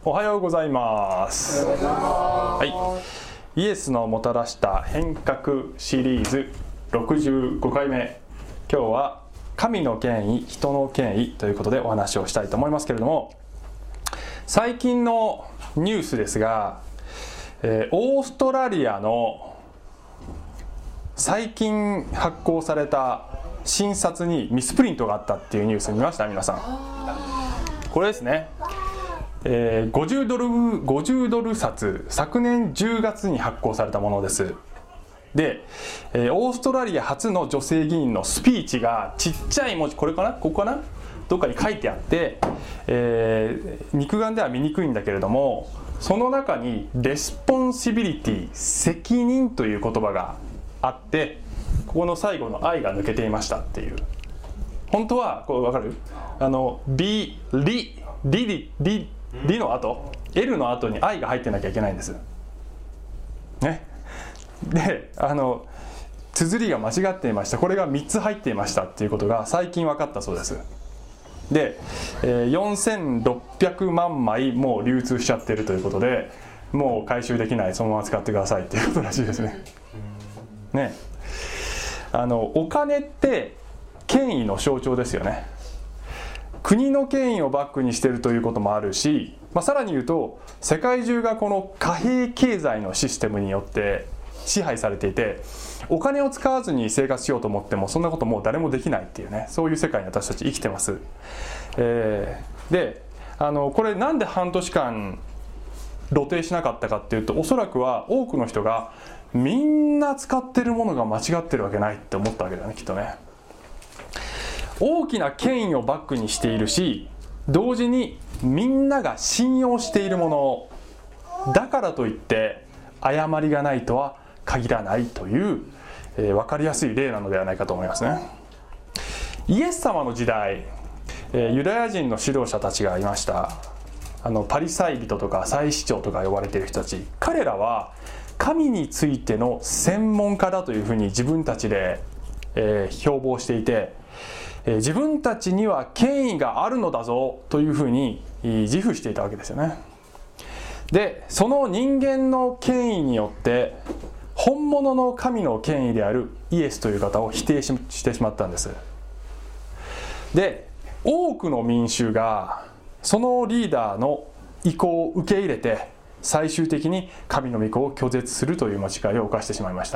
おはようございます。はい、イエスのもたらした変革シリーズ65回目。今日は神の権威、人の権威ということでお話をしたいと思いますけれども、最近のニュースですが、オーストラリアの最近発行された新札にミスプリントがあったっていうニュース見ました？皆さん。これですね、50ドル札、昨年10月に発行されたものです。で、オーストラリア初の女性議員のスピーチがちっちゃい文字、これかな、ここかな、どっかに書いてあって、肉眼では見にくいんだけれども、その中にレスポンシビリティ、責任という言葉があって、ここの最後の I が抜けていましたっていう。本当はこれ分かる？リの後、L の後に I が入ってなきゃいけないんですね。で、綴りが間違っていました。これが3つ入っていましたっていうことが最近分かったそうです。で、4600万枚もう流通しちゃってるということで、もう回収できない、そのまま使ってくださいっていうことらしいですね。ね、お金って権威の象徴ですよね。国の権威をバックにしているということもあるし、さらに言うと世界中がこの貨幣経済のシステムによって支配されていて、お金を使わずに生活しようと思ってもそんなこともう誰もできないっていうね、そういう世界に私たち生きてます。で、これなんで半年間露呈しなかったかっていうと、おそらくは多くの人がみんな使ってるものが間違ってるわけないって思ったわけだね、きっとね。大きな権威をバックにしているし、同時にみんなが信用しているものだからといって誤りがないとは限らないという、分かりやすい例なのではないかと思いますね。イエス様の時代、ユダヤ人の指導者たちがいました。パリサイ人とか祭司長とか呼ばれている人たち、彼らは神についての専門家だというふうに自分たちで、標榜していて、自分たちには権威があるのだぞというふうに自負していたわけですよね。で、その人間の権威によって本物の神の権威であるイエスという方を否定してしまったんです。で、多くの民衆がそのリーダーの意向を受け入れて、最終的に神の御子を拒絶するという間違いを犯してしまいました。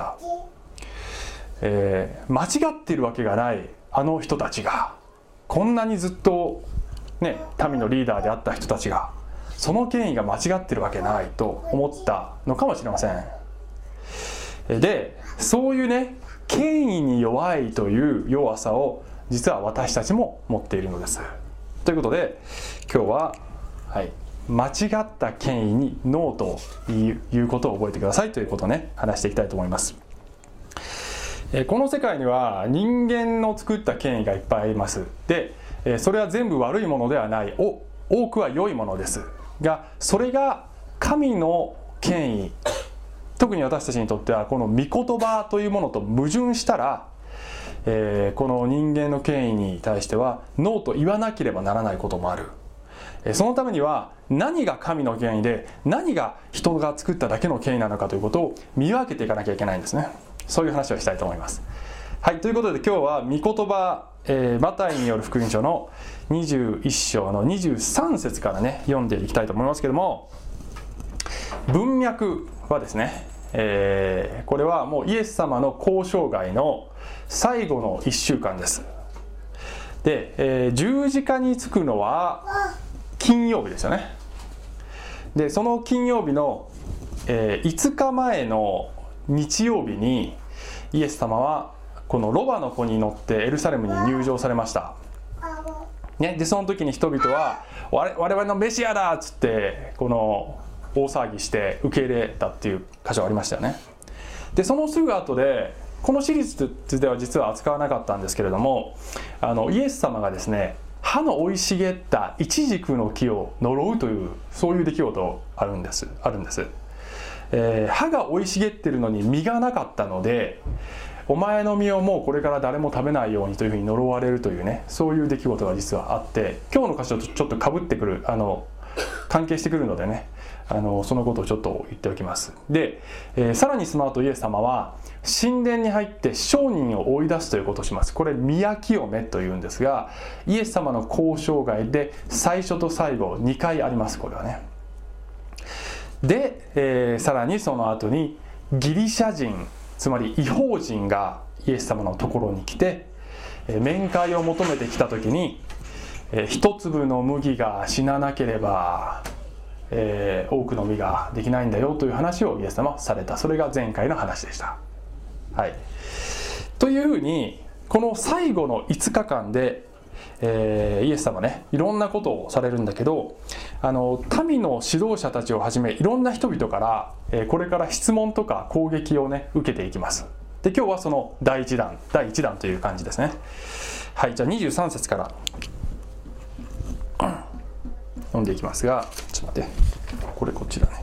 間違っているわけがないあの人たちが、こんなにずっと、ね、民のリーダーであった人たちがその権威が間違ってるわけないと思ったのかもしれません。で、そういうね、権威に弱いという弱さを実は私たちも持っているのです。ということで今日は、間違った権威にノーということを覚えてくださいということをね、話していきたいと思います。この世界には人間の作った権威がいっぱいあります。で、それは全部悪いものではない、多くは良いものですが、それが神の権威、特に私たちにとってはこの御言葉というものと矛盾したら、この人間の権威に対してはノーと言わなければならないこともある。そのためには何が神の権威で何が人が作っただけの権威なのかということを見分けていかなきゃいけないんですね。そういう話をしたいと思います。はい、ということで今日は御言葉、マタイによる福音書の21章の23節からね、読んでいきたいと思いますけども、文脈はですね、これはもうイエス様の交渉外の最後の1週間です。で、十字架につくのは金曜日ですよね。で、その金曜日の、5日前の日曜日にイエス様はこのロバの子に乗ってエルサレムに入場されました、ね。で、その時に人々は我々のメシアだっつってこの大騒ぎして受け入れたっていう箇所がありましたよね。で、そのすぐ後で、このシリーズでは実は扱わなかったんですけれども、イエス様がですね、歯の生い茂ったイチジクの木を呪うという、そういう出来事があるんです。歯が生い茂ってるのに実がなかったので、お前の実をもうこれから誰も食べないようにというふうに呪われるというね、そういう出来事が実はあって、今日の箇所とちょっとかぶってくる関係してくるのでね、そのことをちょっと言っておきます。で、さらにその後イエス様は神殿に入って商人を追い出すということをします。これ宮清めというんですが、イエス様の交渉外で最初と最後2回あります。これはね。で、さらにその後にギリシャ人、つまり異邦人がイエス様のところに来て、面会を求めてきた時に、一粒の麦が死ななければ、多くの実ができないんだよという話をイエス様はされた。それが前回の話でした。はい、というふうにこの最後の5日間で、イエス様ね、いろんなことをされるんだけど、民の指導者たちをはじめいろんな人々から、これから質問とか攻撃をね受けていきます。で、今日はその第1弾という感じですね。はい、じゃあ23節から読んでいきますが、ちょっと待って、こっちだね。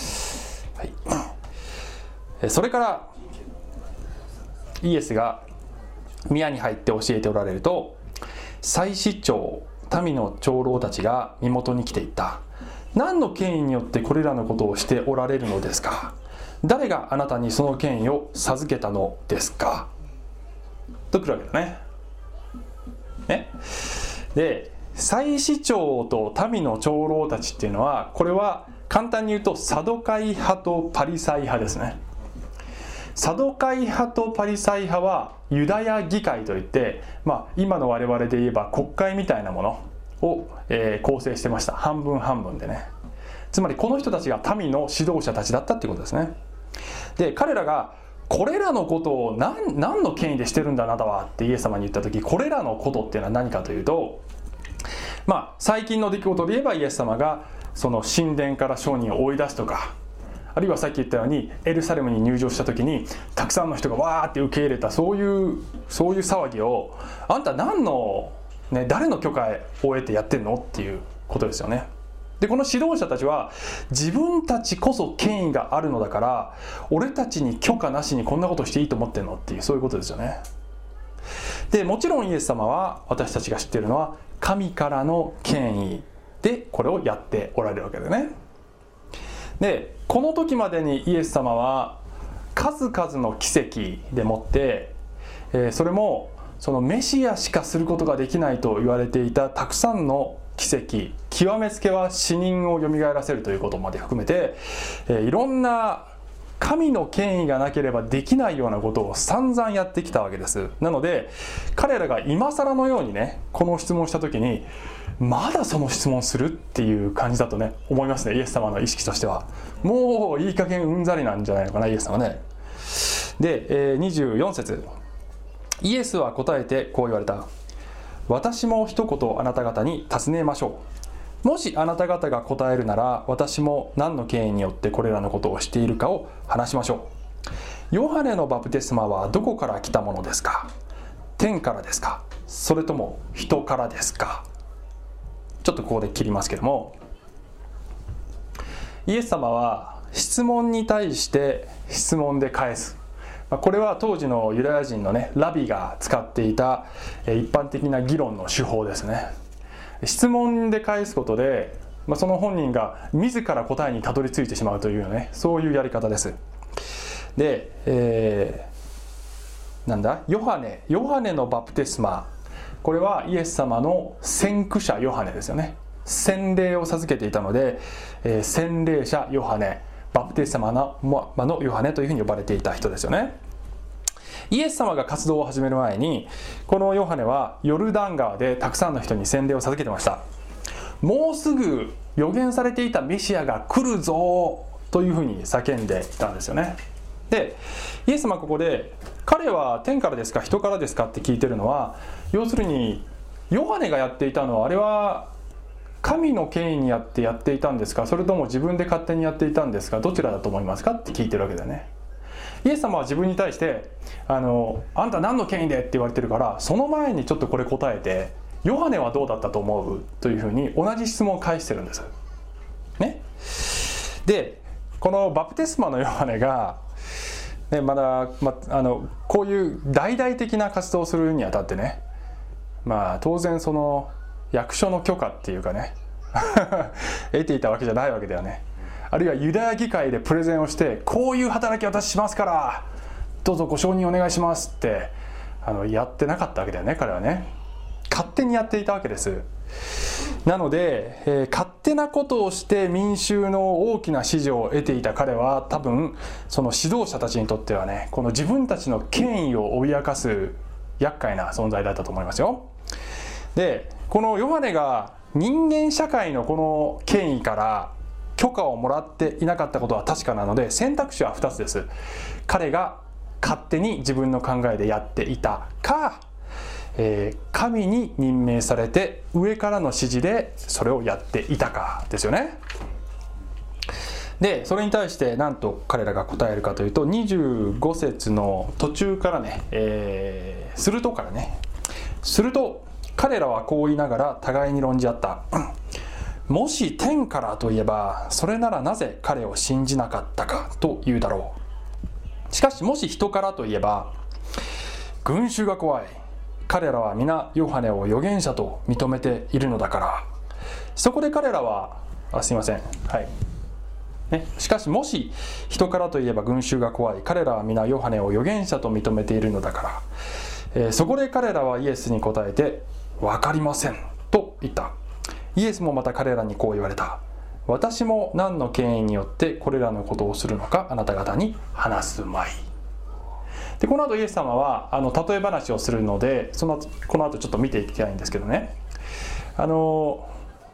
はい、それからイエスが宮に入って教えておられると、祭司長、民の長老たちが身元に来ていった。何の権威によってこれらのことをしておられるのですか。誰があなたにその権威を授けたのですか、と来るわけだね。で、祭司長と民の長老たちっていうのは、これは簡単に言うとサドカイ派とパリサイ派ですね。サドカイ派とパリサイ派はユダヤ議会といって、今の我々で言えば国会みたいなものを、構成してました。半分半分でね。つまりこの人たちが民の指導者たちだったっていうことですね。で、彼らがこれらのことを何の権威でしてるんだあなたはってイエス様に言った時、これらのことっていうのは何かというと、最近の出来事で言えばイエス様がその神殿から商人を追い出すとか、あるいはさっき言ったようにエルサレムに入場した時にたくさんの人がわーって受け入れた、そういう騒ぎをあんた何の、誰の許可を得てやってんのっていうことですよね。で、この指導者たちは自分たちこそ権威があるのだから、俺たちに許可なしにこんなことしていいと思ってんのっていう、そういうことですよね。で、もちろんイエス様は私たちが知っているのは神からの権威でこれをやっておられるわけだよね。で、この時までにイエス様は数々の奇跡でもって、それもそのメシアしかすることができないと言われていたたくさんの奇跡、極めつけは死人をよみがえらせるということまで含めて、いろんな神の権威がなければできないようなことを散々やってきたわけです。なので彼らが今更のようにね、この質問をした時にまだその質問するっていう感じだとね、思いますね。イエス様の意識としてはもういい加減うんざりなんじゃないのかな、イエス様ね。で、24節、イエスは答えてこう言われた。私も一言あなた方に尋ねましょう。もしあなた方が答えるなら、私も何の権威によってこれらのことをしているかを話しましょう。ヨハネのバプテスマはどこから来たものですか。天からですか、それとも人からですか。ちょっとここで切りますけども、イエス様は質問に対して質問で返す。これは当時のユダヤ人のね、ラビが使っていた一般的な議論の手法ですね。質問で返すことで、その本人が自ら答えにたどり着いてしまうというね、そういうやり方です。で、ヨハネのバプテスマ、これはイエス様の先駆者ヨハネですよね。洗礼を授けていたので、洗礼者ヨハネ、バプテスマのヨハネというふうに呼ばれていた人ですよね。イエス様が活動を始める前に、このヨハネはヨルダン川でたくさんの人に洗礼を授けてました。もうすぐ予言されていたメシアが来るぞというふうに叫んでいたんですよね。で、イエス様はここで、彼は天からですか人からですかって聞いてるのは、要するにヨハネがやっていたのは、あれは神の権威にやっていたんですか、それとも自分で勝手にやっていたんですか、どちらだと思いますかって聞いてるわけだよね。イエス様は自分に対してあんた何の権威でって言われてるから、その前にちょっとこれ答えて、ヨハネはどうだったと思うというふうに同じ質問を返してるんですね。で、このバプテスマのヨハネが、ね、こういう大々的な活動をするにあたってね、当然その役所の許可っていうかね、 得ていたわけじゃないわけだよね。あるいはユダヤ議会でプレゼンをして、こういう働き私しますからどうぞご承認お願いしますってやってなかったわけだよね、彼はね。勝手にやっていたわけです。なので、勝手なことをして民衆の大きな支持を得ていた彼は、多分その指導者たちにとってはね、この自分たちの権威を脅かす厄介な存在だったと思いますよ。で、このヨハネが人間社会のこの権威から許可をもらっていなかったことは確かなので、選択肢は2つです。彼が勝手に自分の考えでやっていたか、神に任命されて上からの指示でそれをやっていたかですよね。で、それに対して何と彼らが答えるかというと、25節の途中からね、するとからね、すると彼らはこう言いながら互いに論じ合った。もし天からといえば、それならなぜ彼を信じなかったかというだろう。しかしもし人からといえば、群衆が怖い。彼らは皆ヨハネを預言者と認めているのだから。そこで彼らは、すいません、はいね、しかしもし人からといえば群衆が怖い。彼らは皆ヨハネを預言者と認めているのだから。そこで彼らはイエスに答えて、分かりませんと言った。イエスもまた彼らにこう言われた。私も何の権威によってこれらのことをするのかあなた方に話すまい。で、この後イエス様は例え話をするので、この後ちょっと見ていきたいんですけどね、こ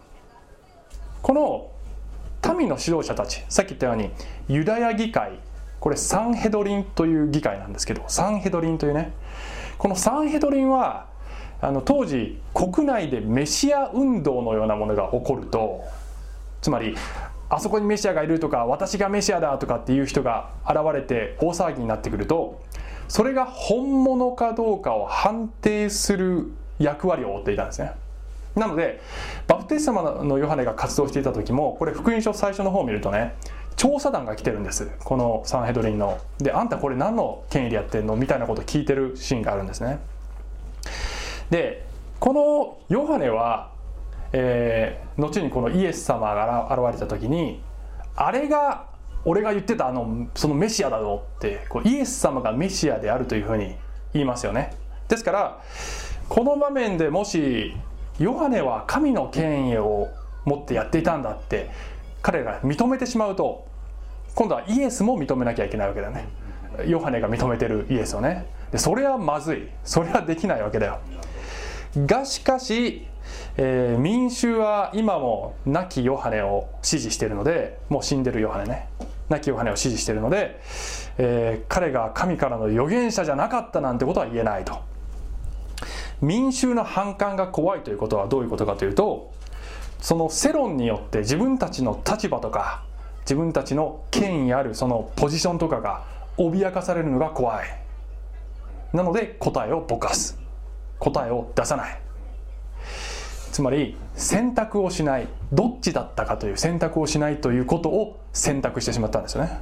の民の指導者たち、さっき言ったようにユダヤ議会、これサンヘドリンという議会なんですけど、サンヘドリンというね、このサンヘドリンは当時国内でメシア運動のようなものが起こると、つまりあそこにメシアがいるとか、私がメシアだとかっていう人が現れて大騒ぎになってくると、それが本物かどうかを判定する役割を負っていたんですね。なのでバプテスマのヨハネが活動していた時も、これ福音書最初の方を見るとね、調査団が来てるんです、このサンヘドリンの。で、あんたこれ何の権威でやってんのみたいなことを聞いてるシーンがあるんですね。で、このヨハネは、後にこのイエス様が現れた時に、あれが俺が言ってたそのメシアだぞってイエス様がメシアであるというふうに言いますよね。ですからこの場面でもしヨハネは神の権威を持ってやっていたんだって彼らが認めてしまうと、今度はイエスも認めなきゃいけないわけだよね。ヨハネが認めてるイエスをね。で、それはまずい、それはできないわけだよ。がしかし、民衆は今も亡きヨハネを支持しているので、もう死んでるヨハネね、亡きヨハネを支持しているので、彼が神からの預言者じゃなかったなんてことは言えないと。民衆の反感が怖いということはどういうことかというと、その世論によって自分たちの立場とか自分たちの権威あるそのポジションとかが脅かされるのが怖い。なので答えをぼかす、答えを出さない、つまり選択をしない、どっちだったかという選択をしないということを選択してしまったんですよね。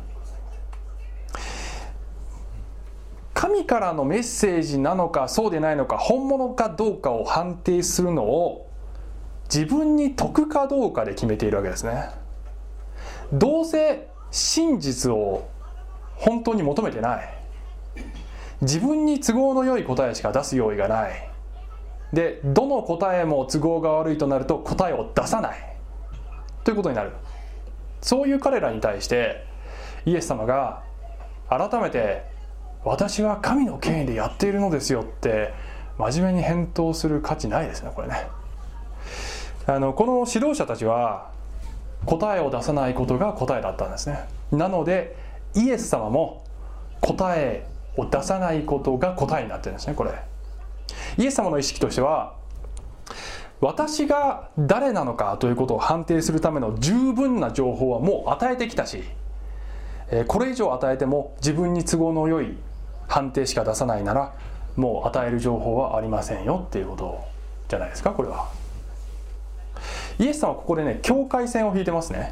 神からのメッセージなのかそうでないのか、本物かどうかを判定するのを自分に得かどうかで決めているわけですね。どうせ真実を本当に求めてない、自分に都合の良い答えしか出す用意がない、でどの答えも都合が悪いとなると答えを出さないということになる。そういう彼らに対してイエス様が改めて私は神の権威でやっているのですよって真面目に返答する価値ないですね、これね。この指導者たちは答えを出さないことが答えだったんですね。なのでイエス様も答えを出さないことが答えになってるんですね。これイエス様の意識としては、私が誰なのかということを判定するための十分な情報はもう与えてきたし、これ以上与えても自分に都合の良い判定しか出さないならもう与える情報はありませんよっていうことじゃないですか。これはイエス様はここでね、境界線を引いてますね。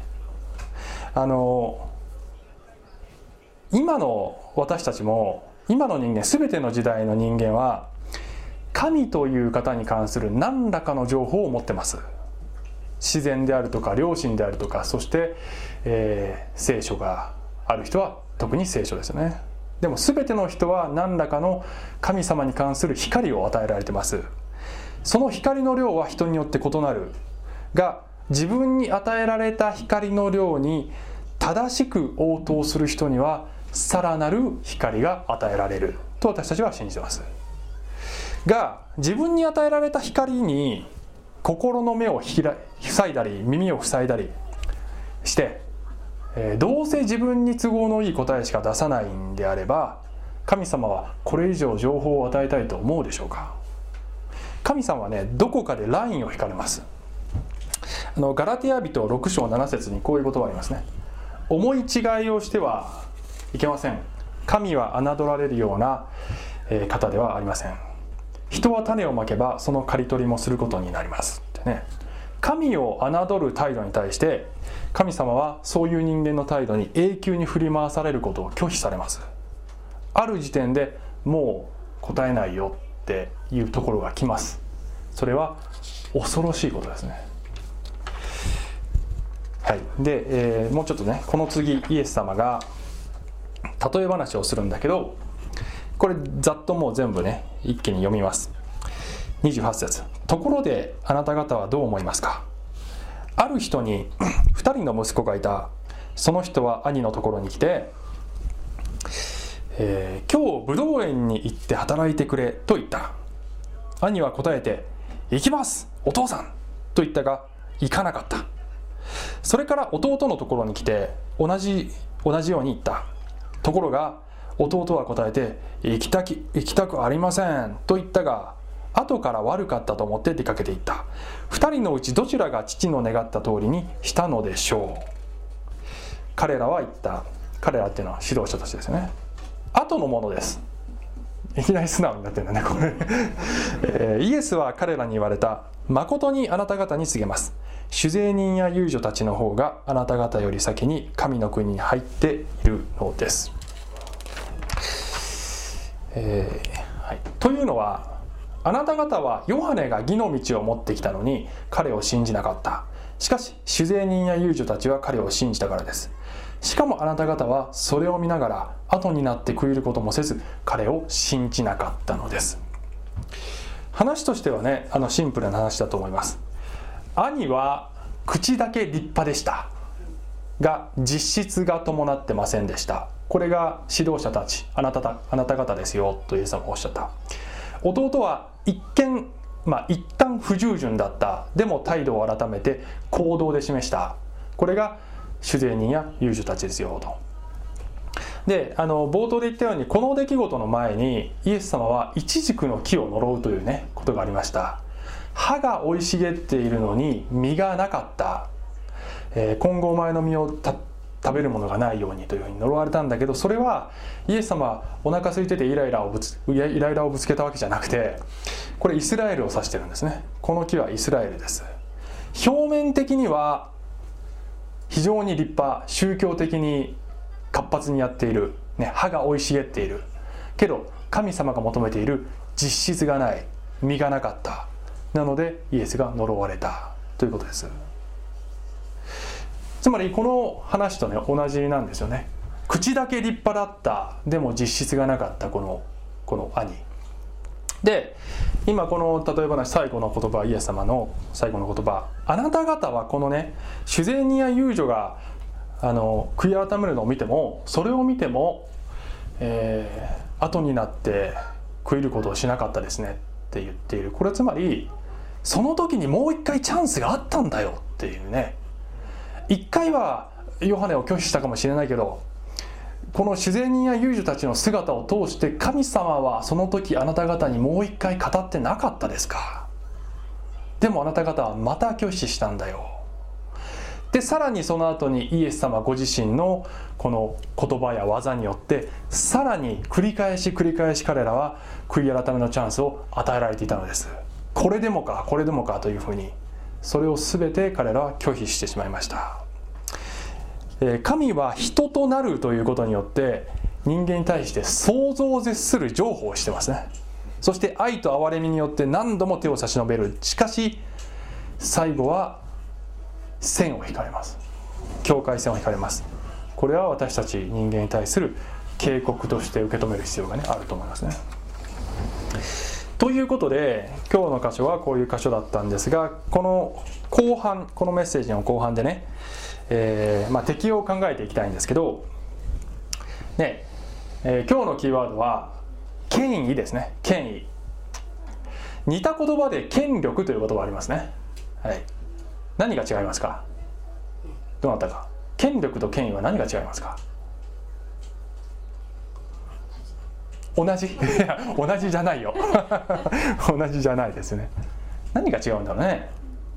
今の私たちも、今の人間、全ての時代の人間は神という方に関する何らかの情報を持ってます。 自然であるとか良心であるとか、そして、聖書がある人は特に聖書ですよね。でも全ての人は何らかの神様に関する光を与えられています。その光の量は人によって異なるが、自分に与えられた光の量に正しく応答する人にはさらなる光が与えられると私たちは信じています。が、自分に与えられた光に心の目を塞いだり耳を塞いだりして、どうせ自分に都合のいい答えしか出さないんであれば、神様はこれ以上情報を与えたいと思うでしょうか。神様はね、どこかでラインを引かれます。ガラテヤ人6章7節にこういう言葉がありますね。思い違いをしてはいけません。神は侮られるような方ではありません。人は種をまけばその刈り取りもすることになりますってね。神を侮る態度に対して神様はそういう人間の態度に永久に振り回されることを拒否されます。ある時点でもう答えないよっていうところが来ます。それは恐ろしいことですね。はい。で、もうちょっとね、この次イエス様が例え話をするんだけど、これざっともう全部ね一気に読みます。28節。ところであなた方はどう思いますか。ある人に2人の息子がいた。その人は兄のところに来て、今日ぶどう園に行って働いてくれと言った。兄は答えて、行きますお父さんと言ったが行かなかった。それから弟のところに来て同じように言った。ところが弟は答えて、行きたくありませんと言ったが、後から悪かったと思って出かけていった。2人のうちどちらが父の願った通りにしたのでしょう。彼らは言った。彼らっていうのは指導者たちですよね。後のものです。いきなり素直になってるんだねこれ、イエスは彼らに言われた。誠にあなた方に告げます。酒税人や遊女たちの方があなた方より先に神の国に入っているのです。はい、というのは、あなた方はヨハネが義の道を持ってきたのに彼を信じなかった。しかし酒税人や遊女たちは彼を信じたからです。しかもあなた方はそれを見ながら後になって悔いることもせず彼を信じなかったのです。話としてはね、シンプルな話だと思います。兄は口だけ立派でしたが実質が伴ってませんでした。これが指導者たち、あなた方ですよとイエス様がおっしゃった。弟は一旦不従順だった。でも態度を改めて行動で示した。これが酒税人や遊女たちですよと。で、冒頭で言ったようにこの出来事の前にイエス様はイチジクの木を呪うというねことがありました。葉が生い茂っているのに実がなかった、今後前の実を食べるものがないようにというふうに呪われたんだけど、それはイエス様はお腹空いててイライラをぶつけたわけじゃなくて、これイスラエルを指してるんですね。この木はイスラエルです。表面的には非常に立派、宗教的に活発にやっている、葉が生い茂っているけど神様が求めている実質がない、実がなかった。なのでイエスが呪われたということです。つまりこの話とね同じなんですよね。口だけ立派だった、でも実質がなかったこの兄で、今この例え話最後の言葉、イエス様の最後の言葉、あなた方はこのね酒税人や遊女が悔い改めるのを見ても、それを見ても、後になって悔いることをしなかったですねって言っている。これつまりその時にもう一回チャンスがあったんだよっていうね。一回はヨハネを拒否したかもしれないけど、この酒税人や遊女たちの姿を通して神様はその時あなた方にもう一回語ってなかったですか。でもあなた方はまた拒否したんだよ。でさらにその後にイエス様ご自身のこの言葉や技によってさらに繰り返し彼らは悔い改めのチャンスを与えられていたのです。これでもかというふうに、それを全て彼らは拒否してしまいました。神は人となるということによって人間に対して想像を絶する譲歩をしてますね。そして愛と憐れみによって何度も手を差し伸べる。しかし最後は線を引かれます。境界線を引かれます。これは私たち人間に対する警告として受け止める必要がねあると思いますね。ということで今日の箇所はこういう箇所だったんですが、この後半、このメッセージの後半でね、適用を考えていきたいんですけど、ね今日のキーワードは権威ですね。権威。似た言葉で権力という言葉がありますね。はい、何が違いますか？どなたか。権力と権威は何が違いますか？同じ？いや同じじゃないよ同じじゃないですね。何が違うんだろうね。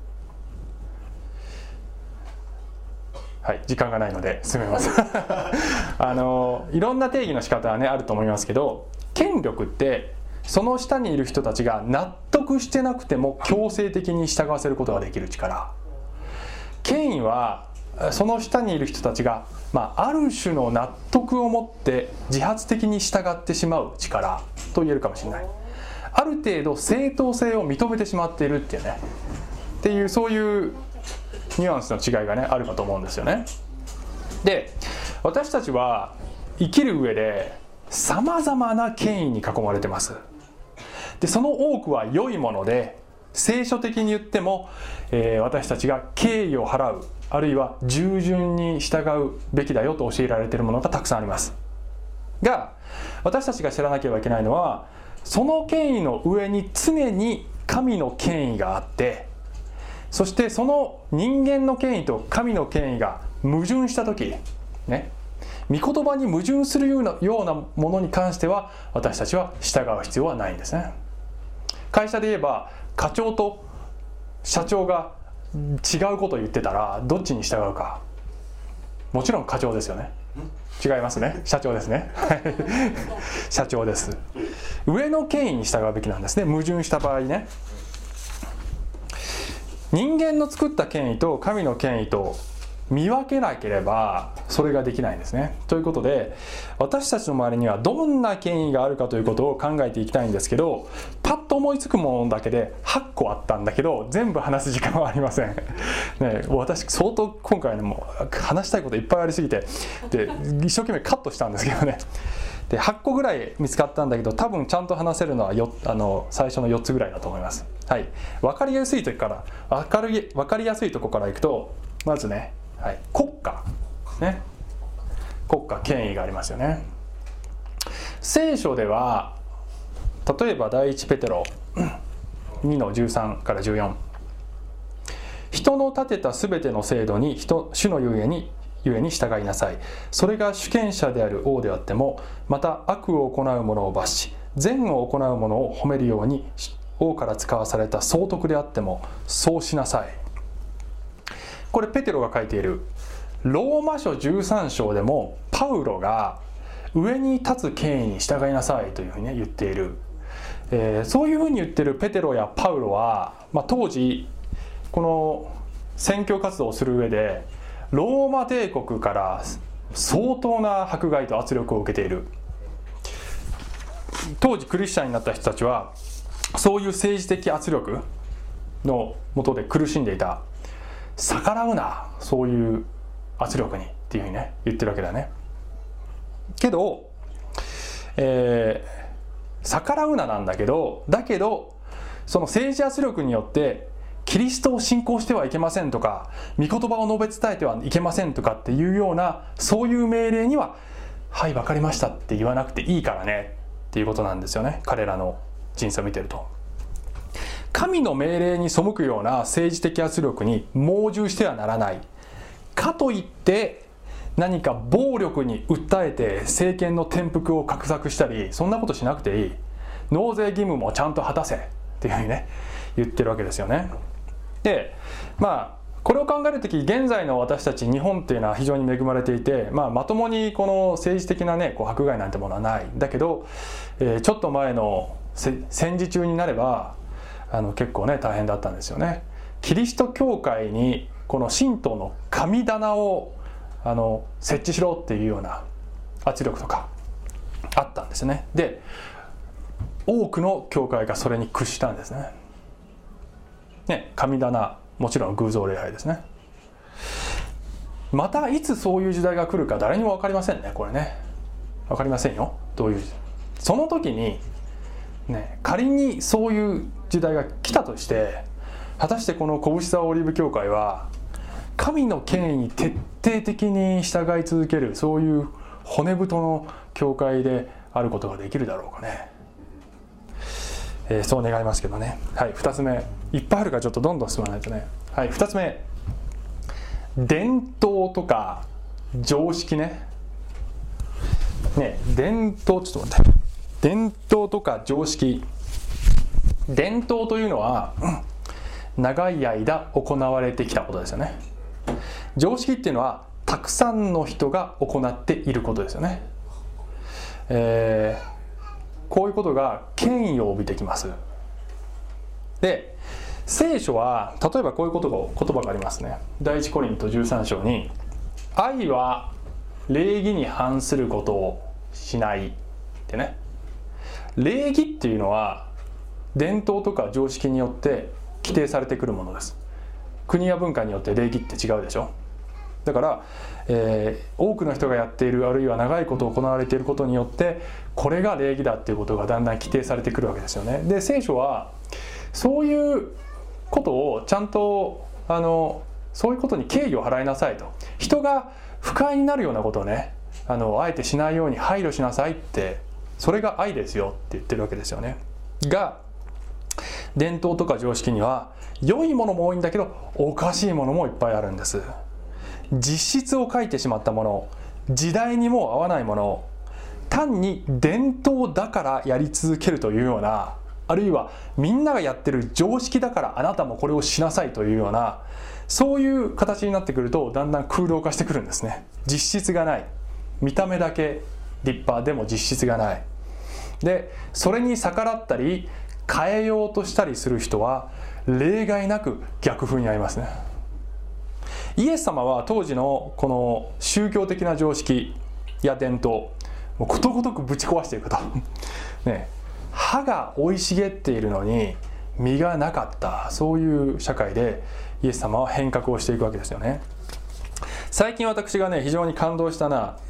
はい、時間がないので進めますいろんな定義の仕方はねあると思いますけど、権力ってその下にいる人たちが納得してなくても強制的に従わせることができる力。権威はその下にいる人たちが、ある種の納得を持って自発的に従ってしまう力と言えるかもしれない。ある程度正当性を認めてしまっているっていうね、っていうそういうニュアンスの違いがねあるかと思うんですよね。で、私たちは生きる上でさまざまな権威に囲まれてます。でその多くは良いもので、聖書的に言っても、私たちが敬意を払う、あるいは従順に従うべきだよと教えられているものがたくさんありますが、私たちが知らなければいけないのは、その権威の上に常に神の権威があって、そしてその人間の権威と神の権威が矛盾した時ね、御言葉に矛盾するようなものに関しては私たちは従う必要はないんですね。会社で言えば課長と社長が違うことを言ってたらどっちに従うか。もちろん課長ですよね。違いますね。社長ですね社長です。上の権威に従うべきなんですね、矛盾した場合ね。人間の作った権威と神の権威と見分けなければそれができないんですね。ということで、私たちの周りにはどんな権威があるかということを考えていきたいんですけど、パッと思いつくものだけで8個あったんだけど全部話す時間はありませんね。私相当今回も話したいこといっぱいありすぎて、で一生懸命カットしたんですけどね。で8個ぐらい見つかったんだけど、多分ちゃんと話せるのは最初の4つぐらいだと思います。はい、分かりやすいとこからいくと、まずね、はい、国家ね、国家権威がありますよね。聖書では例えば第一ペテロ2の13から14、人の立てたすべての制度に主のゆえに従いなさい。それが主権者である王であっても、また悪を行う者を罰し、善を行う者を褒めるように王から使わされた総督であってもそうしなさい。これペテロが書いている。ローマ書13章でもパウロが上に立つ権威に従いなさいというふうに、言っている。そういうふうに言っているペテロやパウロは、当時この宣教活動をする上でローマ帝国から相当な迫害と圧力を受けている。当時クリスチャンになった人たちはそういう政治的圧力の下で苦しんでいた。逆らうな、そういう圧力にっていうふうにね言ってるわけだね。けど、逆らうななんだけど、その政治圧力によってキリストを信仰してはいけませんとか、御言葉を述べ伝えてはいけませんとかっていうような、そういう命令にははい分かりましたって言わなくていいからねっていうことなんですよね。彼らの人生を見てると、神の命令に背くような政治的圧力に盲従してはならない。かといって何か暴力に訴えて政権の転覆を画策したり、そんなことしなくていい。納税義務もちゃんと果たせっていうふうにね言ってるわけですよね。で、これを考えるとき、現在の私たち日本っていうのは非常に恵まれていて、まともにこの政治的なね迫害なんてものはない。だけど、ちょっと前の戦時中になれば結構ね大変だったんですよね。キリスト教会にこの神道の神棚を設置しろっていうような圧力とかあったんですね。で、多くの教会がそれに屈したんですね。神棚、もちろん偶像礼拝ですね。 またいつそういう時代が来るか誰にも分かりませんね。これね、分かりませんよ。どういうその時にね、仮にそういう時代が来たとして、果たしてこの拳沢オリーブ教会は神の権威に徹底的に従い続ける、そういう骨太の教会であることができるだろうかね。そう願いますけどね。はい、2つ目、いっぱいあるからちょっとどんどん進まないとね。はい、2つ目、伝統とか常識ね。伝統、ちょっと待って。伝統とか常識。伝統というのは、長い間行われてきたことですよね。常識っていうのはたくさんの人が行っていることですよね。こういうことが権威を帯びてきます。で、聖書は例えばこういう言葉がありますね。第一コリント13章に、愛は礼儀に反することをしないってね。礼儀っていうのは伝統とか常識によって規定されてくるものです。国や文化によって礼儀って違うでしょ。だから、多くの人がやっている、あるいは長いこと行われていることによってこれが礼儀だっていうことがだんだん規定されてくるわけですよね。で、聖書はそういうことをちゃんとそういうことに敬意を払いなさいと、人が不快になるようなことをね、あえてしないように配慮しなさいって、それが愛ですよって言ってるわけですよね。が、伝統とか常識には良いものも多いんだけどおかしいものもいっぱいあるんです。実質を書いてしまったもの、時代にも合わないもの、単に伝統だからやり続けるというような、あるいはみんながやってる常識だからあなたもこれをしなさいというような、そういう形になってくるとだんだん空洞化してくるんですね。実質がない、見た目だけ立派でも実質がない。で、それに逆らったり変えようとしたりする人は例外なく逆風に遭いますね。イエス様は当時のこの宗教的な常識や伝統、もうことごとくぶち壊していくとね、歯が生い茂っているのに実がなかった、そういう社会でイエス様は変革をしていくわけですよね。最近私がね、非常に感動したな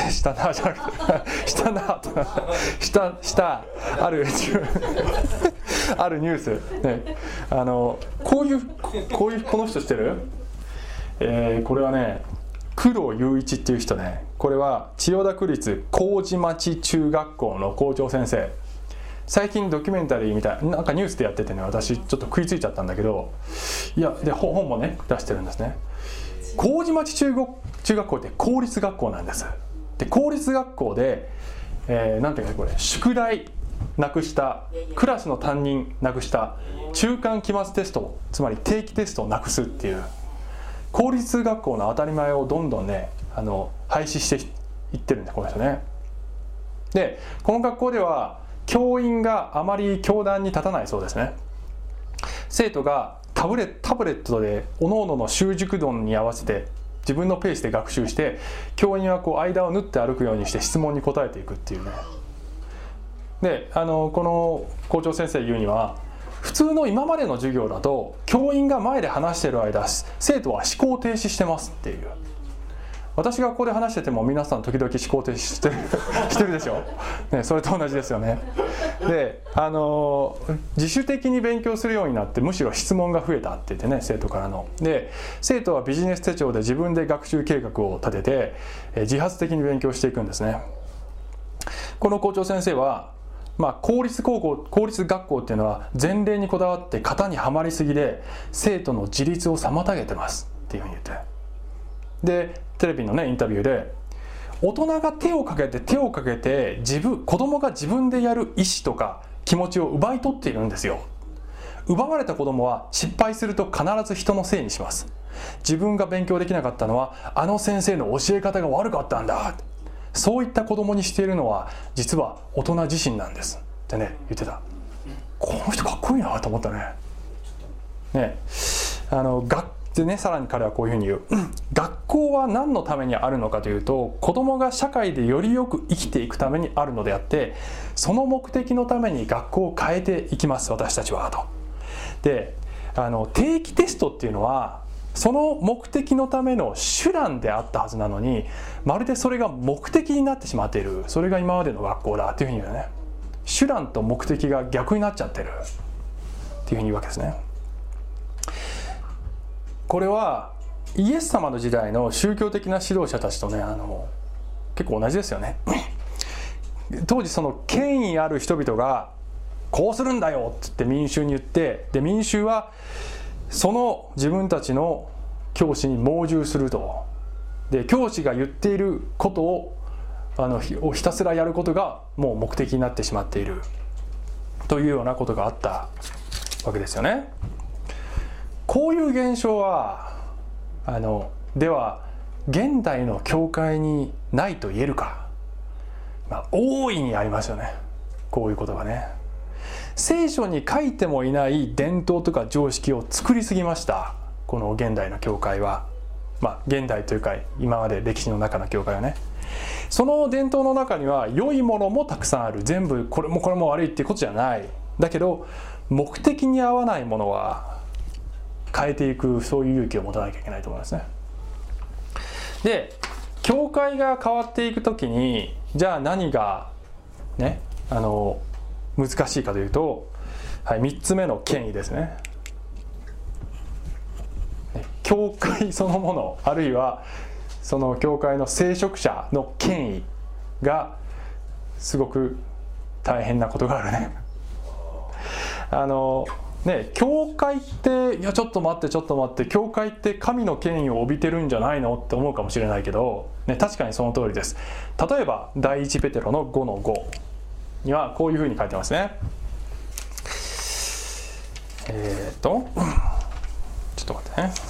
あるあるニュース、ね、この人知ってる？これはね、工藤雄一っていう人ね。これは千代田区立麹町中学校の校長先生。最近ドキュメンタリーみたいなんかニュースでやっててね、私ちょっと食いついちゃったんだけど、いやで本もね出してるんですね。麹町中学校って公立学校なんです。で、公立学校で、なんていうかこれ、宿題なくした、クラスの担任なくした、中間期末テスト、つまり定期テストをなくすっていう、公立学校の当たり前をどんどんね、廃止していってるんだ、この人ね。で、この学校では教員があまり教壇に立たないそうですね。生徒がタブレットで各々の習熟度に合わせて自分のペースで学習して、教員はこう間を縫って歩くようにして質問に答えていくっていうね。で、この校長先生言うには、普通の今までの授業だと教員が前で話している間、生徒は思考停止してますっていう。私がここで話してても皆さん時々思考停止してるでしょ、ね、それと同じですよね。で、自主的に勉強するようになって、むしろ質問が増えたって言ってね、生徒からの。で、生徒はビジネス手帳で自分で学習計画を立てて、自発的に勉強していくんですね。この校長先生は、公立学校っていうのは前例にこだわって型にはまりすぎで生徒の自立を妨げてますっていうふうに言って、でテレビのねインタビューで、大人が手をかけて子供が自分でやる意思とか気持ちを奪い取っているんですよ。奪われた子供は失敗すると必ず人のせいにします。自分が勉強できなかったのはあの先生の教え方が悪かったんだ、そういった子供にしているのは実は大人自身なんですってね言ってた。この人かっこいいなと思ったね。でね、さらに彼はこういうふうに言う。学校は何のためにあるのかというと、子供が社会でよりよく生きていくためにあるのであって、その目的のために学校を変えていきます、私たちはと。で、定期テストっていうのはその目的のための手段であったはずなのに、まるでそれが目的になってしまっている。それが今までの学校だっていうふうに言うね。手段と目的が逆になっちゃってるっていうふうに言うわけですね。これはイエス様の時代の宗教的な指導者たちとね、結構同じですよね。当時その権威ある人々がこうするんだよって言って民衆に言って、で民衆はその自分たちの教師に盲従すると。で教師が言っていることをひたすらやることがもう目的になってしまっているというようなことがあったわけですよね。こういう現象はでは現代の教会にないと言えるか、大いにありますよね。こういうことがね、聖書に書いてもいない伝統とか常識を作りすぎました。この現代の教会は、現代というか今まで歴史の中の教会はね、その伝統の中には良いものもたくさんある。全部これも悪いっていうことじゃない。だけど目的に合わないものは変えていく、そういう勇気を持たなきゃいけないと思いますね。で教会が変わっていくときに、じゃあ何がね難しいかというと、3つ目の権威ですね。教会そのもの、あるいはその教会の聖職者の権威がすごく大変なことがあるね。教会ってちょっと待って教会って神の権威を帯びてるんじゃないのって思うかもしれないけど、確かにその通りです。例えば第一ペテロの 5-5 にはこういうふうに書いてますね。ちょっと待ってね。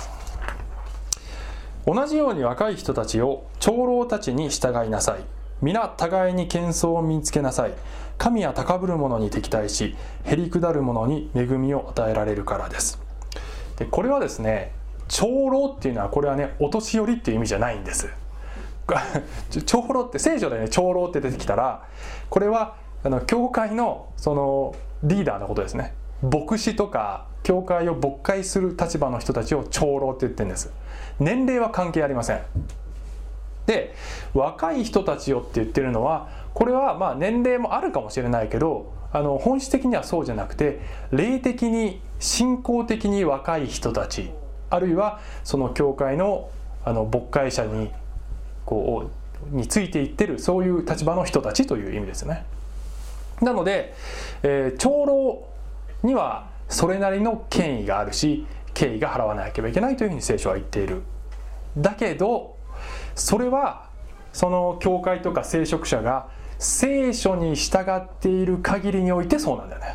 同じように若い人たちを長老たちに従いなさい。皆互いに謙遜を身につけなさい。神は高ぶる者に敵対し、へりくだる者に恵みを与えられるからです。でこれはですね、長老っていうのはこれはね、お年寄りっていう意味じゃないんです。長老って聖書でね、長老って出てきたら、これは教会のそのリーダーのことですね。牧師とか教会を牧会する立場の人たちを長老って言ってるんです。年齢は関係ありません。で若い人たちよって言ってるのは、これは年齢もあるかもしれないけど、本質的にはそうじゃなくて、霊的に信仰的に若い人たち、あるいはその教会の牧会者にについていってる、そういう立場の人たちという意味ですね。なので、長老にはそれなりの権威があるし、敬意が払わなければいけないというふうに聖書は言っている。だけどそれはその教会とか聖職者が聖書に従っている限りにおいてそうなんだよね。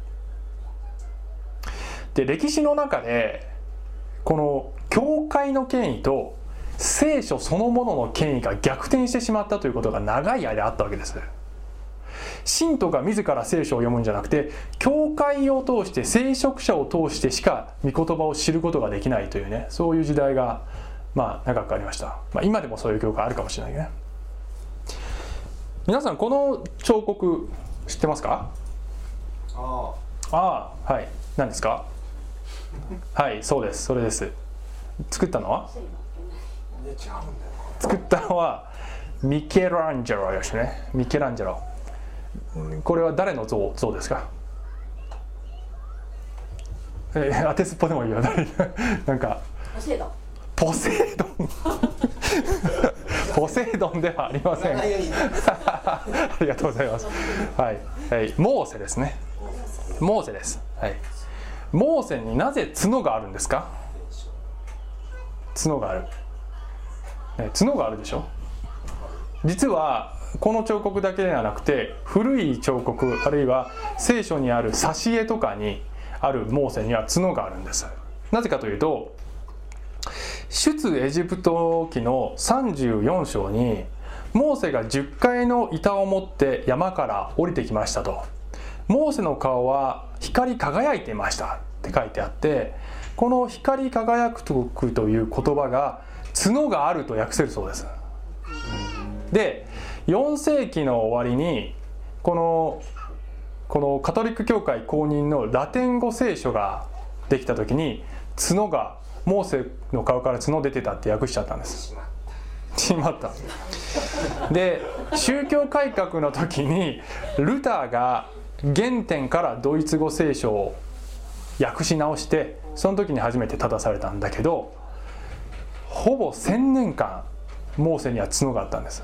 で歴史の中でこの教会の権威と聖書そのものの権威が逆転してしまったということが長い間あったわけです。信徒が自ら聖書を読むんじゃなくて、教会を通して聖職者を通してしか御言葉を知ることができないというね、そういう時代が長くありました。今でもそういう教会あるかもしれないけどね。皆さんこの彫刻知ってますか？はい、何ですか？はい、そうです、それです。作ったのはミケランジェロですね。ミケランジェロ。これは誰の像ですか？当てずっぽでもいいよ。なんかポセイドンポセイドンではありません。ありがとうございます。はい、モーセですね。モーセです。はい。モーセになぜ角があるんですか？角がある。角があるでしょ。実はこの彫刻だけではなくて、古い彫刻あるいは聖書にある挿絵とかにあるモーセには角があるんです。なぜかというと、出エジプト記の34章にモーセが10階の板を持って山から降りてきましたと。モーセの顔は光り輝いていましたって書いてあって、この光り輝くという言葉が角があると訳せるそうです。で4世紀の終わりにこのカトリック教会公認のラテン語聖書ができた時に角がモーセの顔から角出てたって訳しちゃったんです。しまった。で宗教改革の時にルターが原点からドイツ語聖書を訳し直して、その時に初めて正されたんだけど、ほぼ1000年間モーセには角があったんです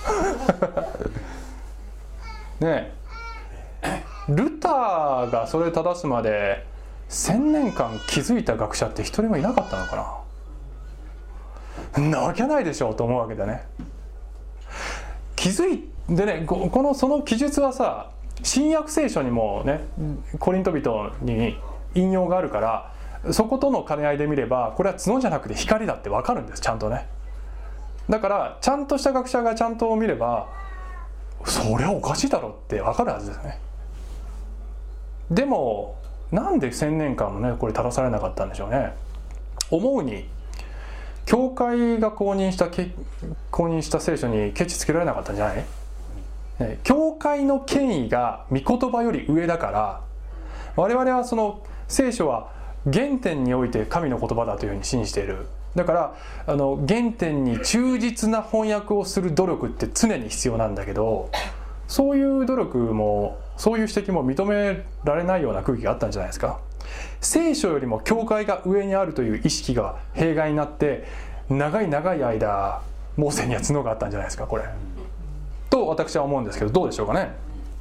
ねえ、ルターがそれ正すまで1000年間気づいた学者って一人もいなかったのかな。なわけないでしょうと思うわけだね。気づいてね、その記述はさ、新約聖書にもね、コリント人に引用があるから、そことの兼ね合いで見ればこれは角じゃなくて光だって分かるんです、ちゃんとね。だからちゃんとした学者がちゃんと見れば、それはおかしいだろって分かるはずですね。でもなんで1000年間もねこれ正されなかったんでしょうね。思うに教会が公認した聖書にケチつけられなかったんじゃない？教会の権威が御言葉より上だから、我々はその聖書は原点において神の言葉だというふうに信じている。だから原点に忠実な翻訳をする努力って常に必要なんだけど、そういう努力もそういう指摘も認められないような空気があったんじゃないですか。聖書よりも教会が上にあるという意識が弊害になって、長い間モーセには角があったんじゃないですか、これと私は思うんですけど、どうでしょうかね。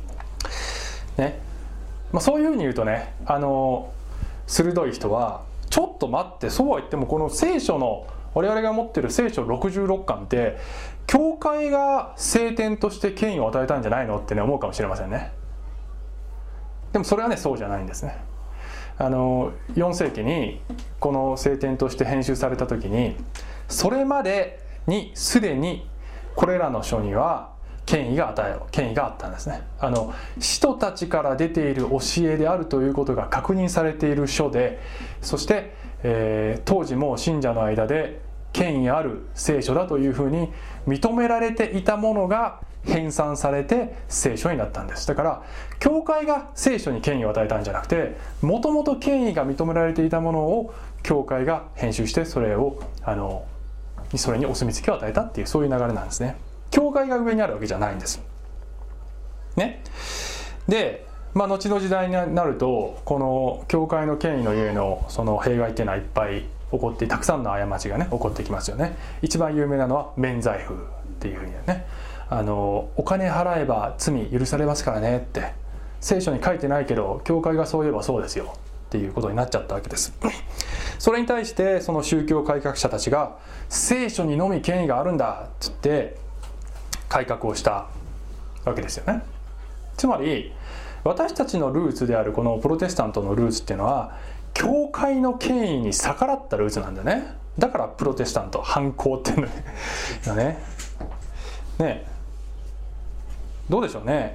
そういうふうに言うとね、鋭い人はちょっと待って、そうは言ってもこの聖書の我々が持っている聖書66巻って教会が聖典として権威を与えたんじゃないのってね思うかもしれませんね。でもそれはねそうじゃないんですね。4世紀にこの聖典として編集された時に、それまでにすでにこれらの書には権威があったんですね。使徒たちから出ている教えであるということが確認されている書で、そして、当時も信者の間で権威ある聖書だというふうに認められていたものが編纂されて聖書になったんです。だから教会が聖書に権威を与えたんじゃなくて、もともと権威が認められていたものを教会が編集してそれにお墨付きを与えたっていう、そういう流れなんですね。教会が上にあるわけじゃないんですね。で、後の時代になるとこの教会の権威のゆえのその弊害っていうのはいっぱい起こって、たくさんの過ちがね起こってきますよね。一番有名なのは免罪符っていうふうにね、お金払えば罪許されますからねって聖書に書いてないけど教会がそう言えばそうですよっていうことになっちゃったわけです。それに対してその宗教改革者たちが聖書にのみ権威があるんだって言って改革をしたわけですよね。つまり私たちのルーツであるこのプロテスタントのルーツっていうのは教会の権威に逆らったルーツなんだね。だからプロテスタント反抗っていうのねどうでしょうね。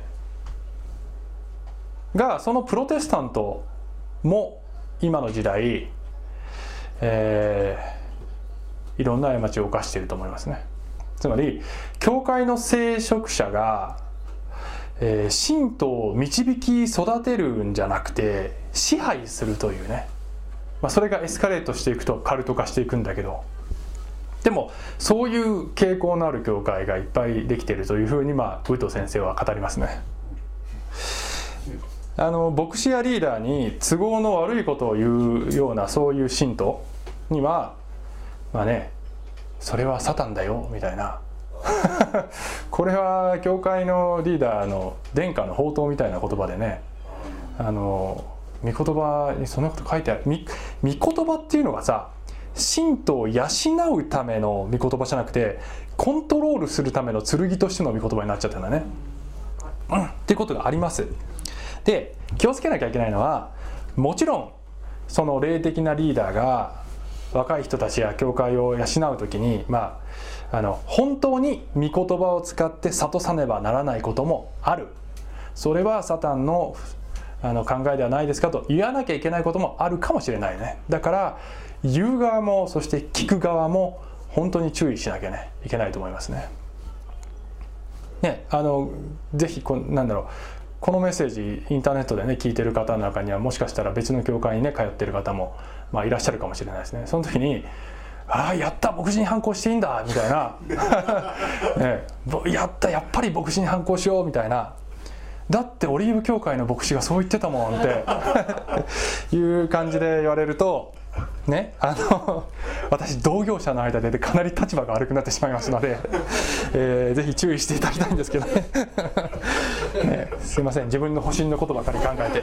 がそのプロテスタントも今の時代、いろんな過ちを犯していると思いますね。つまり教会の聖職者が、信徒を導き育てるんじゃなくて支配するというね、それがエスカレートしていくとカルト化していくんだけど、でもそういう傾向のある教会がいっぱいできているというふうにウッド先生は語りますね。牧師やリーダーに都合の悪いことを言うようなそういう信徒にはそれはサタンだよみたいなこれは教会のリーダーの殿下の宝刀みたいな言葉でね、御言葉にそんなこと書いてある。御言葉っていうのがさ、信徒を養うための御言葉じゃなくてコントロールするための剣としての御言葉になっちゃったんだね、っていうことがあります。で気をつけなきゃいけないのは、もちろんその霊的なリーダーが若い人たちや教会を養うときに、本当に御言葉を使って諭さねばならないこともある。それはサタンの考えではないですかと言わなきゃいけないこともあるかもしれないね。だから言う側もそして聞く側も本当に注意しなきゃいけないと思いますね。ぜひこのメッセージインターネットでね聞いてる方の中にはもしかしたら別の教会にね通ってる方もいらっしゃるかもしれないですね。その時にああやった牧師に反抗していいんだみたいな、やったやっぱり牧師に反抗しようみたいな、だってオリーブ教会の牧師がそう言ってたもんっていう感じで言われるとね、私同業者の間でかなり立場が悪くなってしまいますので、ぜひ注意していただきたいんですけどねね、すいません、自分の保身のことばかり考えて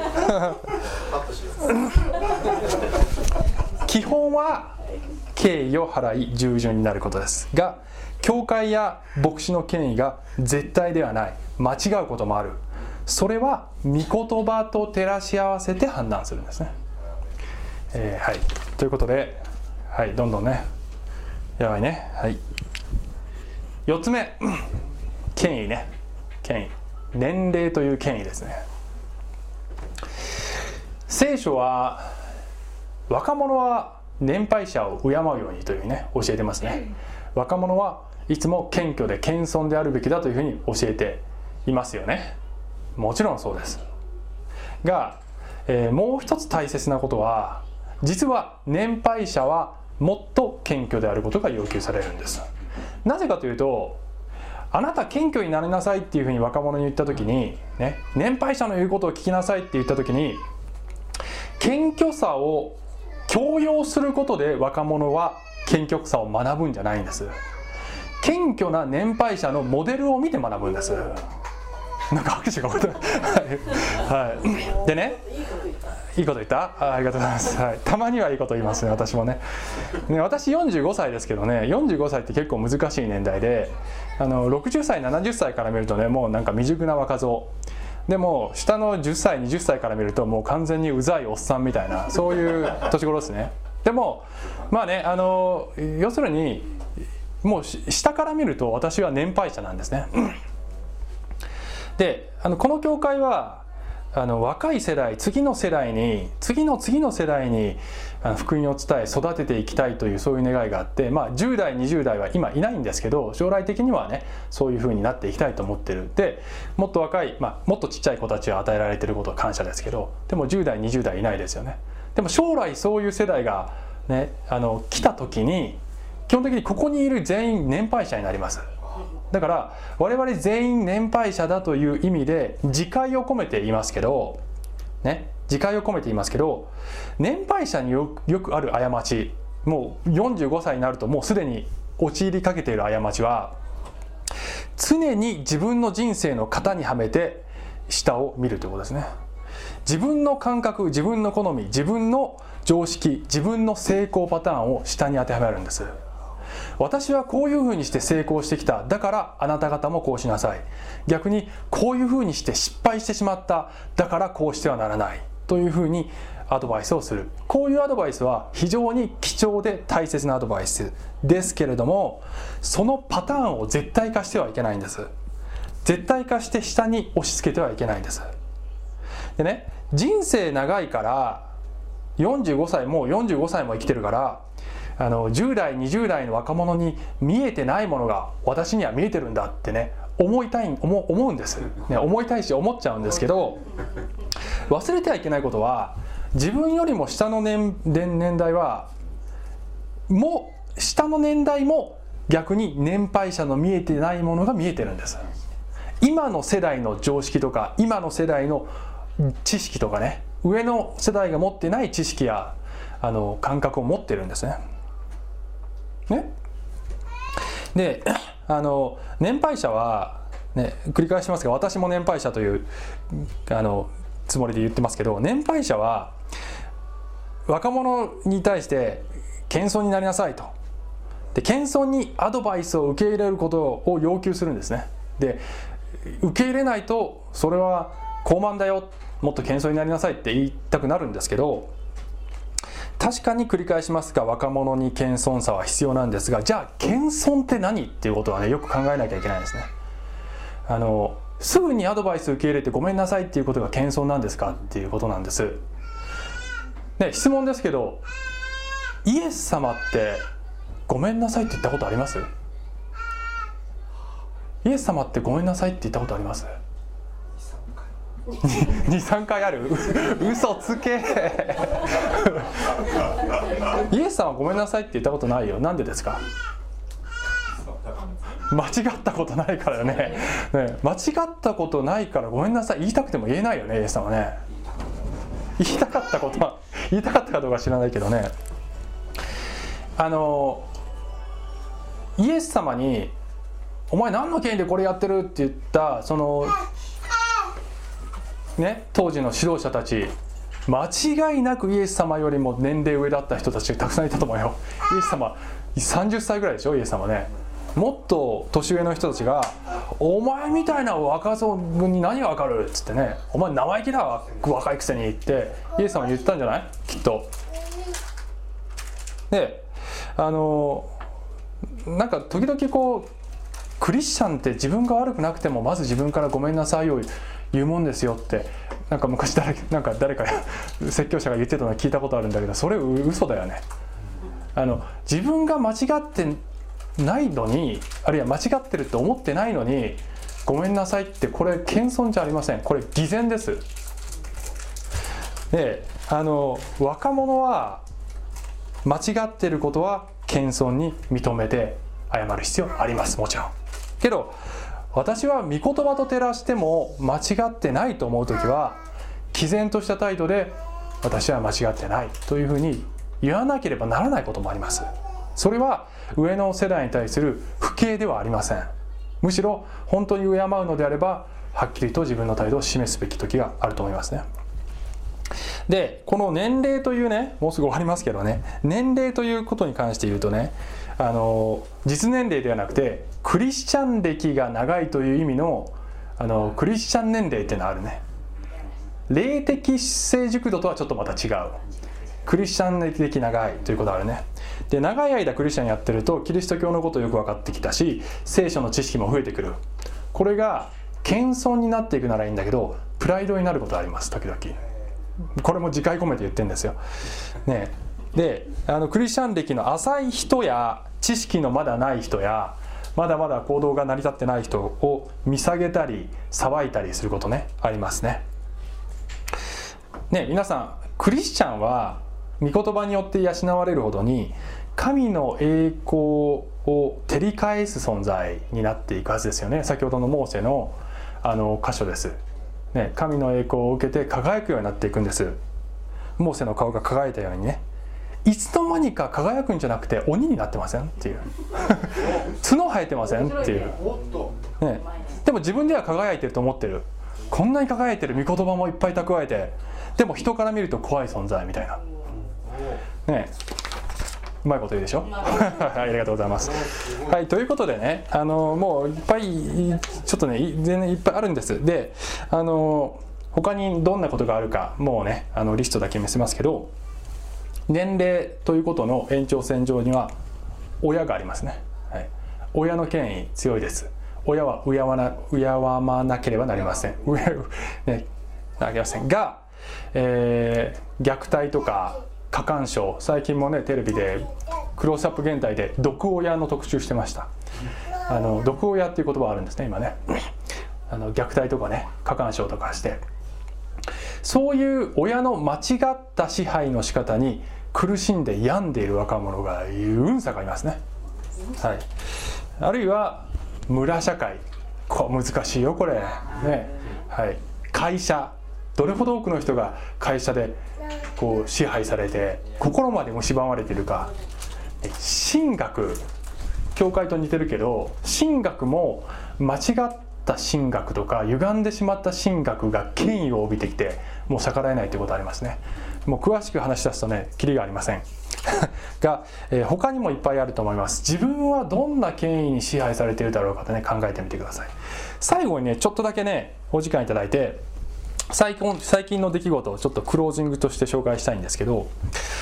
基本は敬意を払い従順になることですが、教会や牧師の権威が絶対ではない、間違うこともある。それは御言葉と照らし合わせて判断するんですね。はい、ということで、はい、どんどんね、やばいね、はい、4つ目、権威ね、権威、年齢という権威ですね。聖書は若者は年配者を敬うようにというね教えてますね。若者はいつも謙虚で謙遜であるべきだというふうに教えていますよね。もちろんそうですが、もう一つ大切なことは、実は年配者はもっと謙虚であることが要求されるんです。なぜかというと、あなた謙虚になりなさいっていうふうに若者に言った時に、ね、年配者の言うことを聞きなさいって言った時に、謙虚さを強要することで若者は謙虚さを学ぶんじゃないんです。謙虚な年配者のモデルを見て学ぶんです。なんか拍手が起こったはい、でね、いいこと言った？ありがとうございます、はい、たまにはいいこと言いますね、私もね。私45歳ですけどね、45歳って結構難しい年代で、60歳70歳から見るとね、もうなんか未熟な若造でも、下の10歳20歳から見るともう完全にうざいおっさんみたいな、そういう年頃ですね。でもまあね、要するにもう下から見ると私は年配者なんですね。で、この教会は若い世代、次の世代に、次の世代に福音を伝え育てていきたいという、そういう願いがあって、10代20代は今いないんですけど、将来的にはねそういう風になっていきたいと思ってる。でもっと若い、もっとちっちゃい子たちは与えられていることは感謝ですけど、でも10代20代いないですよね。でも将来そういう世代がね来た時に、基本的にここにいる全員年配者になります。だから我々全員年配者だという意味で自戒を込めて言いますけどね、自戒を込めて言いますけど、年配者によくある過ち、もう45歳になるともうすでに陥りかけている過ちは、常に自分の人生の型にはめて下を見るということですね。自分の感覚、自分の好み、自分の常識、自分の成功パターンを下に当てはめるんです。私はこういうふうにして成功してきた、だからあなた方もこうしなさい。逆にこういうふうにして失敗してしまった、だからこうしてはならないというふうにアドバイスをする。こういうアドバイスは非常に貴重で大切なアドバイスですけれども、そのパターンを絶対化してはいけないんです。絶対化して下に押し付けてはいけないんです。でね、人生長いから45歳も45歳も生きてるから、10代20代の若者に見えてないものが私には見えてるんだってね思うんです、ね、思いたいし思っちゃうんですけど、忘れてはいけないことは、自分よりも下の年代はもう下の年代も逆に年配者の見えてないものが見えてるんです。今の世代の常識とか今の世代の知識とかね、上の世代が持ってない知識や感覚を持ってるんですね。で年配者は、ね、繰り返しますが、私も年配者というつもりで言ってますけど、年配者は若者に対して謙遜になりなさいと。で謙遜にアドバイスを受け入れることを要求するんですね。で受け入れないとそれは傲慢だよ、もっと謙遜になりなさいって言いたくなるんですけど、確かに繰り返しますが、若者に謙遜さは必要なんですが、じゃあ謙遜って何っていうことはね、よく考えなきゃいけないんですね。すぐにアドバイスを受け入れてごめんなさいっていうことが謙遜なんですかっていうことなんです。で質問ですけど、イエス様ってごめんなさいって言ったことあります？イエス様ってごめんなさいって言ったことあります？ 23回ある嘘つけイエスさんはごめんなさいって言ったことないよ。なんでですか？間違ったことないからよ ね間違ったことないからごめんなさい言いたくても言えないよね。イエスさんはね、言いたかったことは言いたかったかどうか知らないけどね、イエス様にお前何の権威でこれやってるって言ったそのね、当時の指導者たち、間違いなくイエス様よりも年齢上だった人たちがたくさんいたと思うよ。イエス様30歳ぐらいでしょ、イエス様ね。もっと年上の人たちがお前みたいな若造に何が分かるっつってね、お前生意気だ若いくせにってイエス様は言ったんじゃない、きっと。でなんか時々こうクリスチャンって自分が悪くなくてもまず自分からごめんなさいを言うもんですよってなんか昔誰か説教者が言ってたの聞いたことあるんだけど、それ嘘だよね。自分が間違ってないのに、あるいは間違ってるって思ってないのにごめんなさいって、これ謙遜じゃありません。これ偽善です。で若者は間違ってることは謙遜に認めて謝る必要あります。もちろんけど私は御言葉と照らしても間違ってないと思うときは毅然とした態度で私は間違ってないというふうに言わなければならないこともあります。それは上の世代に対する不敬ではありません。むしろ本当に敬うのであればはっきりと自分の態度を示すべき時があると思いますね。でこの年齢というね、もうすぐ終わりますけどね、年齢ということに関して言うとね、実年齢ではなくてクリスチャン歴が長いという意味のクリスチャン年齢っていうのがあるね。霊的成熟度とはちょっとまた違う。クリスチャン歴長いということがあるね。で長い間クリスチャンやってるとキリスト教のことよく分かってきたし、聖書の知識も増えてくる。これが謙遜になっていくならいいんだけど、プライドになることがあります。時々これも自戒込めて言ってるんですよ、ね。でクリスチャン歴の浅い人や知識のまだない人やまだまだ行動が成り立ってない人を見下げたり騒いだりすることね、ありますね。ね、皆さんクリスチャンは御言葉によって養われるほどに神の栄光を照り返す存在になっていくはずですよね。先ほどのモーセの箇所です、ね、神の栄光を受けて輝くようになっていくんです。モーセの顔が輝いたようにね。いつの間にか輝くんじゃなくて鬼になってませんっていう角生えてませんっていう、ね、でも自分では輝いてると思ってる。こんなに輝いてる、御言葉もいっぱい蓄えて、でも人から見ると怖い存在みたいな、ね、うまいこと言うでしょありがとうございます。はい、ということでね、もういっぱいちょっとね全然いっぱいあるんです。で他にどんなことがあるかもうねリストだけ見せますけど、年齢ということの延長線上には親がありますね、はい、親の権威強いです。親は敬わなければなりませんね、なりませんが、虐待とか過干渉、最近もねテレビでクロースアップ現代で毒親の特集してました。毒親っていう言葉があるんですね今ね。虐待とかね過干渉とかして、そういう親の間違った支配の仕方に苦しんで病んでいる若者がうんさかいますね、はい、あるいは村社会、難しいよこれ、ね、はい、会社、どれほど多くの人が会社でこう支配されて心まで蝕まれているか。神学、教会と似てるけど神学も間違った神学とか歪んでしまった神学が権威を帯びてきてもう逆らえないということありますね。もう詳しく話し出すとねキリがありませんが、他にもいっぱいあると思います。自分はどんな権威に支配されているだろうかとね考えてみてください。最後にねちょっとだけねお時間いただいて最近の出来事をちょっとクロージングとして紹介したいんですけど、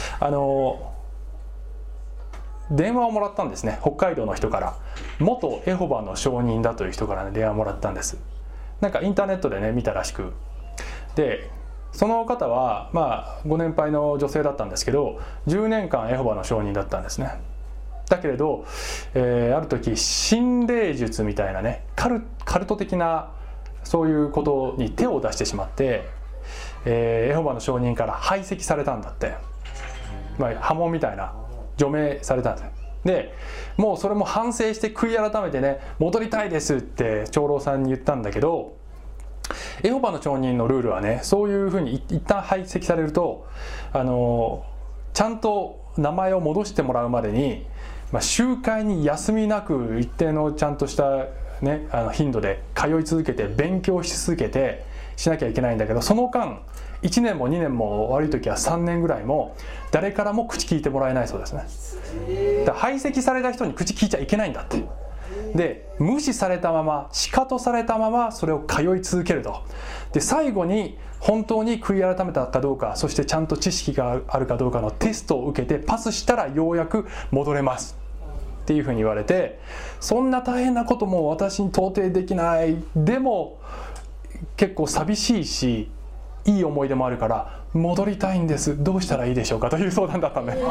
電話をもらったんですね。北海道の人から、元エホバの証人だという人から、ね、電話をもらったんです。なんかインターネットでね見たらしく、でその方はご年配の女性だったんですけど10年間エホバの証人だったんですね。だけれど、ある時心霊術みたいなねカルト的なそういうことに手を出してしまって、エホバの証人から排斥されたんだって、破門みたいな除名されたんです。でもうそれも反省して悔い改めてね、戻りたいですって長老さんに言ったんだけど、エホバの証人のルールはね、そういうふうに一旦排斥されるとちゃんと名前を戻してもらうまでに、集会に休みなく一定のちゃんとした、ね、頻度で通い続けて勉強し続けてしなきゃいけないんだけど、その間1年も2年も悪い時は3年ぐらいも誰からも口聞いてもらえないそうですね。だから排斥された人に口聞いちゃいけないんだって。で無視されたまま、シカトされたままそれを通い続けると。で最後に本当に悔い改めたかどうか、そしてちゃんと知識があるかどうかのテストを受けてパスしたらようやく戻れますっていうふうに言われて、そんな大変なことも私に到底できない、でも結構寂しいしいい思い出もあるから戻りたいんです、どうしたらいいでしょうかという相談だったんだよ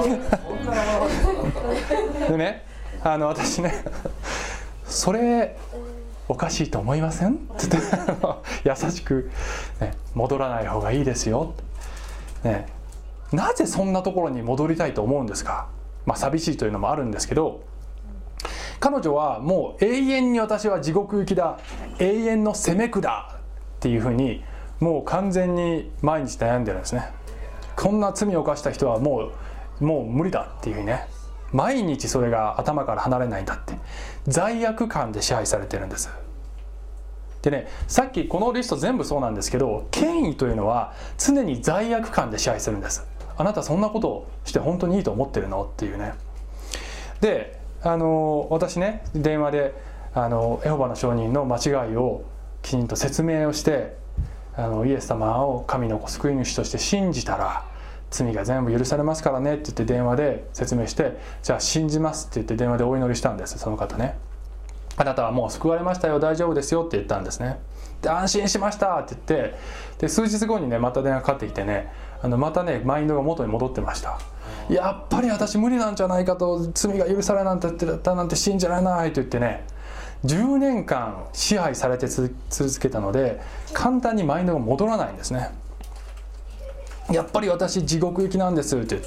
でね、私ねそれおかしいと思いませんって言って優しく、ね、戻らない方がいいですよ、ね、なぜそんなところに戻りたいと思うんですか。寂しいというのもあるんですけど、彼女はもう永遠に私は地獄行きだ、永遠の責め苦だっていうふうにもう完全に毎日悩んでるんですね。こんな罪を犯した人はもう無理だっていうふうにね、毎日それが頭から離れないんだって、罪悪感で支配されてるんです。でね、さっきこのリスト全部そうなんですけど、権威というのは常に罪悪感で支配するんです。あなたそんなことをして本当にいいと思ってるのっていうね。で私ね、電話でエホバの証人の間違いをきちんと説明をして、イエス様を神の救い主として信じたら罪が全部許されますからねって言って電話で説明して、じゃあ信じますって言って電話でお祈りしたんです。その方ね、あなたはもう救われましたよ、大丈夫ですよって言ったんですね。で安心しましたって言って、で数日後にねまた電話かかってきてね、またねマインドが元に戻ってました。やっぱり私無理なんじゃないかと、罪が許されなんてなんて信じられないと言ってね、10年間支配されて続けたので簡単にマインドが戻らないんですね。やっぱり私地獄行きなんですって言って、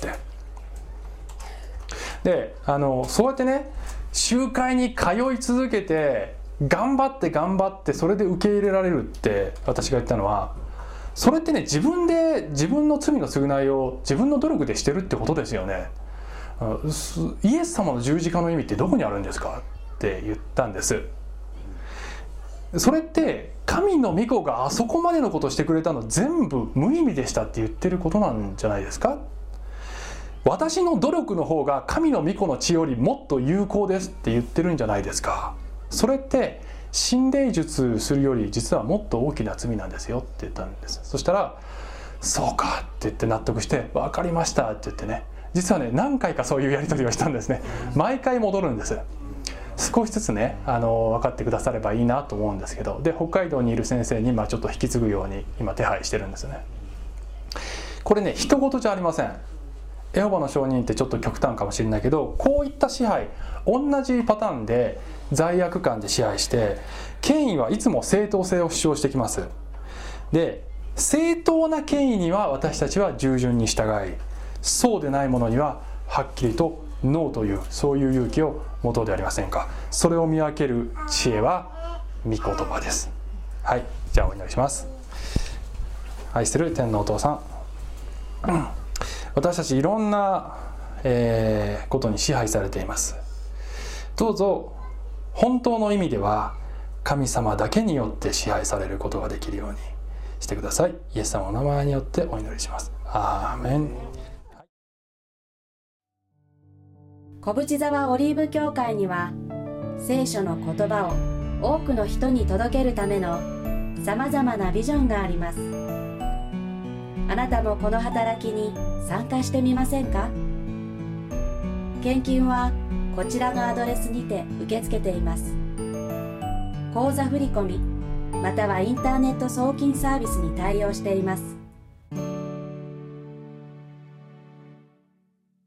でそうやってね集会に通い続けて頑張ってそれで受け入れられるって私が言ったのは、それってね自分の罪の償いを自分の努力でしてるってことですよね。イエス様の十字架の意味ってどこにあるんですかって言ったんです。それって神の御子があそこまでのことをしてくれたの全部無意味でしたって言ってることなんじゃないですか。私の努力の方が神の御子の血よりもっと有効ですって言ってるんじゃないですか。それって心霊術するより実はもっと大きな罪なんですよって言ったんです。そしたらそうかって言って納得して、分かりましたって言ってね、実はね何回かそういうやり取りをしたんですね。毎回戻るんです。少しずつね分かってくださればいいなと思うんですけど、で北海道にいる先生にちょっと引き継ぐように今手配してるんですね。これね人事じゃありません。エホバの証人ってちょっと極端かもしれないけど、こういった支配同じパターンで罪悪感で支配して、権威はいつも正当性を主張してきます。で正当な権威には私たちは従順に従い、そうでないものにははっきりとノーという、そういう勇気を持とうではありませんか。それを見分ける知恵は御言葉です。はい、じゃあお祈りします。愛する天のお父さん、私たちいろんな、ことに支配されています。どうぞ本当の意味では神様だけによって支配されることができるようにしてください。イエス様の名前によってお祈りします。アーメン。 小淵沢オリーブ教会には聖書の言葉を多くの人に届けるためのさまざまなビジョンがあります。あなたもこの働きに参加してみませんか？献金はこちらのアドレスにて受け付けています。口座振込またはインターネット送金サービスに対応しています。